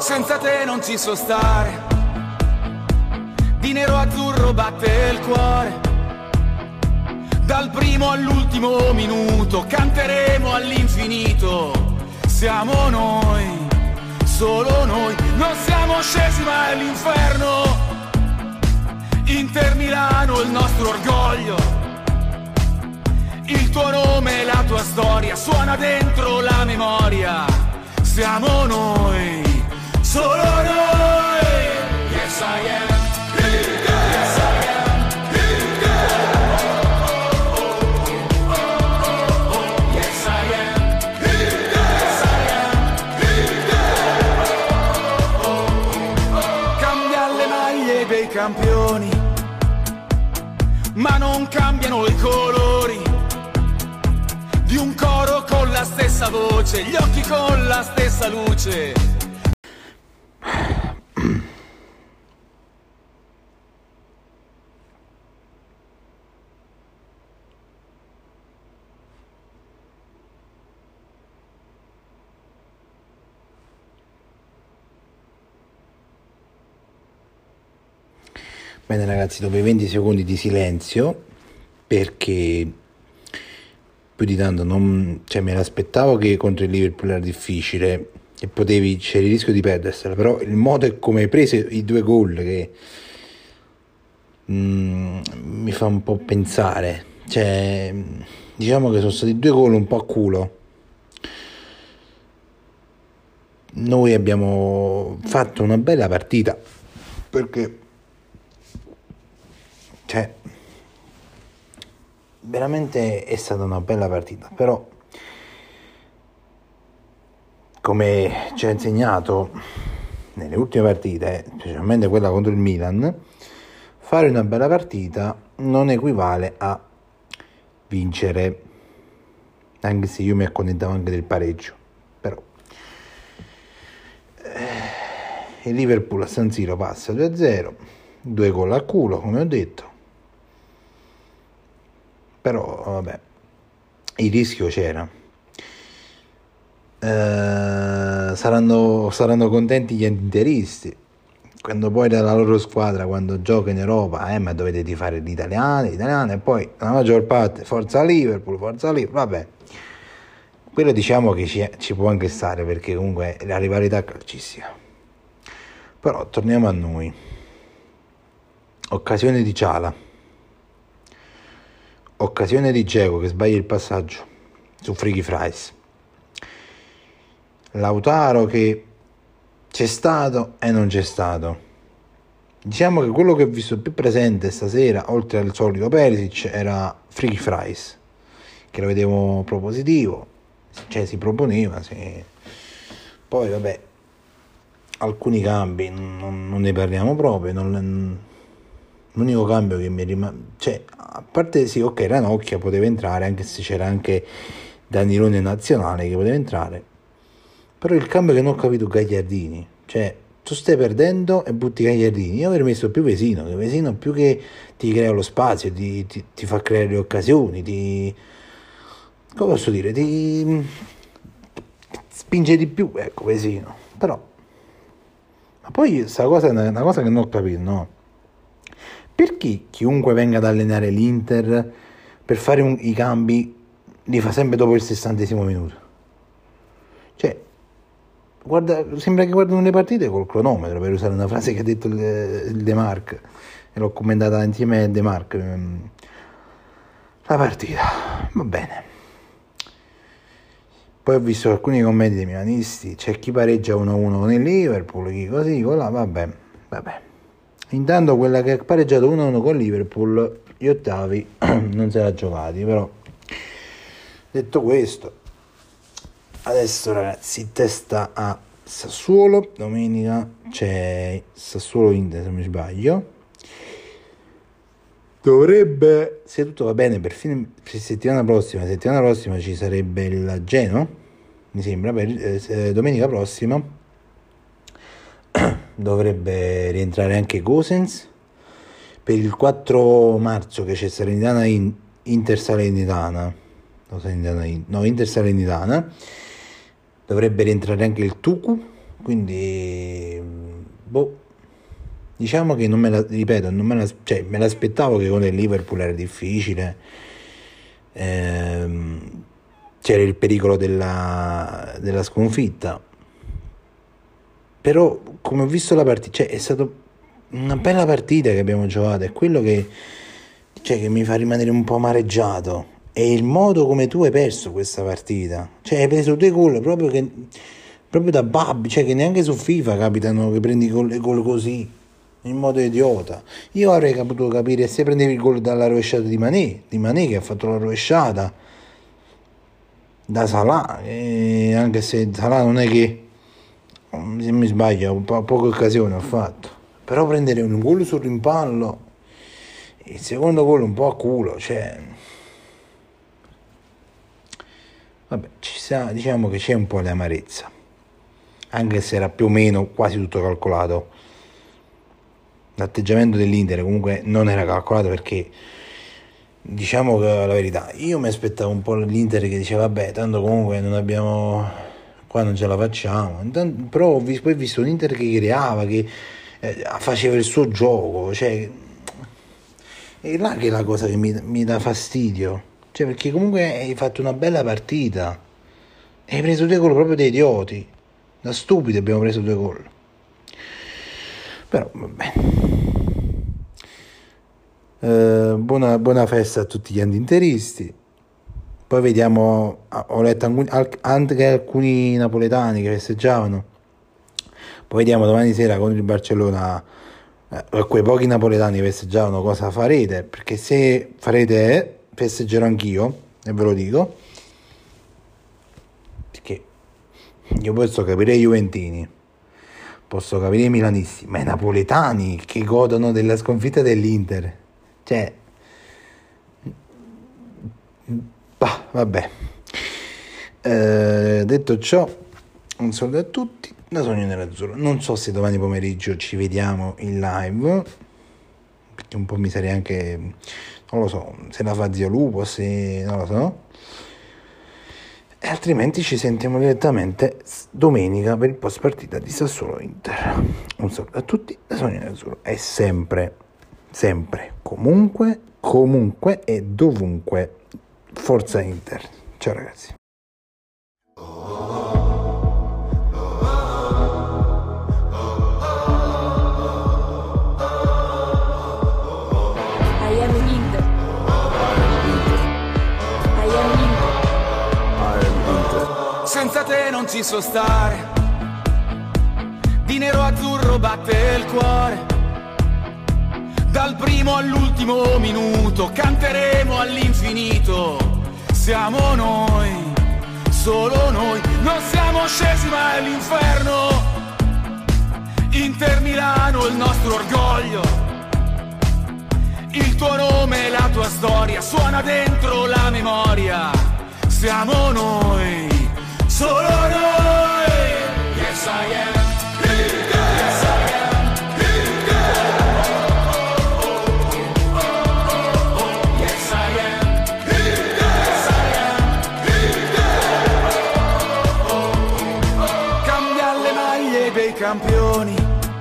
senza te non ci so stare, di nero azzurro batte il cuore, dal primo all'ultimo minuto canteremo all'infinito. Siamo noi, solo noi, non siamo scesi mai all'inferno. Inter Milano il nostro orgoglio, il tuo nome e la tua storia suona dentro la memoria. Siamo noi, solo noi. Yes I am. Yes I am. Yes I am. Yes I am. Cambia le maglie dei campioni, ma non cambiano i colori di un coro con la stessa voce, gli occhi con la stessa luce. Bene ragazzi, dopo i 20 secondi di silenzio, perché più di tanto me l'aspettavo che contro il Liverpool era difficile e c'era il rischio di perdersela, però il modo e come hai preso i 2 gol che mi fa un po' pensare, diciamo che sono stati 2 gol un po' a culo. Noi abbiamo fatto una bella partita, perché veramente è stata una bella partita, però come ci ha insegnato nelle ultime partite, specialmente quella contro il Milan, fare una bella partita non equivale a vincere, anche se io mi accontentavo anche del pareggio. Però il Liverpool a San Siro passa 2-0, 2 gol al culo, come ho detto. Però vabbè, il rischio c'era. Saranno contenti gli interisti quando poi dalla loro squadra, quando gioca in Europa, ma dovete tifare gli italiani, e poi la maggior parte forza Liverpool, vabbè, quello diciamo che ci può anche stare, perché comunque la rivalità è calcistica. Però torniamo a noi. Occasione di Ciala, occasione di Dzeko che sbaglia il passaggio su Freaky Fries, Lautaro che c'è stato e non c'è stato. Diciamo che quello che ho visto più presente stasera, oltre al solito Perisic, era Freaky Fries, che lo vedevo propositivo, si proponeva, sì. Poi vabbè, alcuni cambi non ne parliamo proprio, l'unico cambio che mi rimane, a parte sì, ok, Ranocchia poteva entrare, anche se c'era anche Danilone nazionale che poteva entrare, però il cambio che non ho capito, Gagliardini, tu stai perdendo e butti Gagliardini. Io avrei messo più Vesino, che Vesino più che ti crea lo spazio, ti fa creare le occasioni, come posso dire, ti spinge di più, ecco, Vesino. Però, ma poi questa cosa è una cosa che non ho capito, no? Perché chiunque venga ad allenare l'Inter per fare i cambi li fa sempre dopo il 60° minuto? Sembra che guardano le partite col cronometro, per usare una frase che ha detto il De Marc, e l'ho commentata insieme a De Marc. La partita, va bene. Poi ho visto alcuni commenti dei milanisti, c'è chi pareggia 1-1 con il Liverpool, chi così, là, vabbè. Intanto quella che ha pareggiato 1-1 con Liverpool, gli ottavi non se l'ha giocati. Però detto questo, adesso ragazzi, testa a Sassuolo, domenica c'è Sassuolo-Inter se non mi sbaglio, dovrebbe, se tutto va bene, per settimana prossima ci sarebbe il Genoa, mi sembra, domenica prossima dovrebbe rientrare anche Gosens. Per il 4 marzo che c'è Salernitana Inter Salernitana dovrebbe rientrare anche il Tucu, quindi boh, diciamo che non me la, ripeto, cioè, me l'aspettavo che con il Liverpool era difficile, c'era il pericolo della sconfitta, però come ho visto la partita, cioè, è stata una bella partita che abbiamo giocato, è quello che mi fa rimanere un po' amareggiato, è il modo come tu hai perso questa partita, cioè hai preso 2 gol proprio da babbi, cioè che neanche su FIFA capitano che prendi le gol così in modo idiota. Io avrei potuto capire se prendevi il gol dalla rovesciata di Mané che ha fatto la rovesciata da Salah, anche se Salah non è che, se mi sbaglio, poche occasioni ha fatto, però prendere un gol sul rimpallo, il secondo gol un po' a culo, cioè vabbè, diciamo che c'è un po' di amarezza, anche se era più o meno quasi tutto calcolato. L'atteggiamento dell'Inter comunque non era calcolato, perché diciamo che la verità, io mi aspettavo un po' l'Inter che diceva vabbè, tanto comunque non abbiamo, qua non ce la facciamo, però poi ho visto un Inter che creava, che faceva il suo gioco, cioè è là che è la cosa che mi dà fastidio, cioè perché comunque hai fatto una bella partita, hai preso 2 gol proprio dei idioti, da stupidi abbiamo preso 2 gol. Però vabbè, buona festa a tutti gli antinteristi. Poi vediamo, ho letto anche alcuni napoletani che festeggiavano, poi vediamo domani sera contro il Barcellona, quei pochi napoletani che festeggiavano cosa farete, perché se farete festeggerò anch'io, e ve lo dico, perché io posso capire i juventini, posso capire i milanisti, ma i napoletani che godono della sconfitta dell'Inter, cioè vabbè, detto ciò, un saluto a tutti da Sogno Nerazzurro. Non so se domani pomeriggio ci vediamo in live, perché un po' mi sarei anche, non lo so, se la fa Zio Lupo, se non lo so, e altrimenti ci sentiamo direttamente domenica per il post partita di Sassuolo Inter. Un saluto a tutti da Sogno Nerazzurro, e sempre, comunque e dovunque, forza Inter. Ciao ragazzi. Senza te non ci so stare, di nero azzurro batte il cuore, dal primo all'ultimo minuto canteremo all'infinito. Siamo noi, solo noi, non siamo scesi mai all'inferno. Inter Milano, il nostro orgoglio, il tuo nome e la tua storia suona dentro la memoria. Siamo noi, solo noi. Yes I am. Yes I am. Yes I am. Yes I am. Cambia le maglie dei campioni,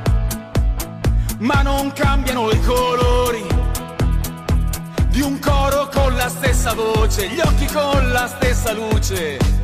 ma non cambiano i colori di un coro con la stessa voce, gli occhi con la stessa luce.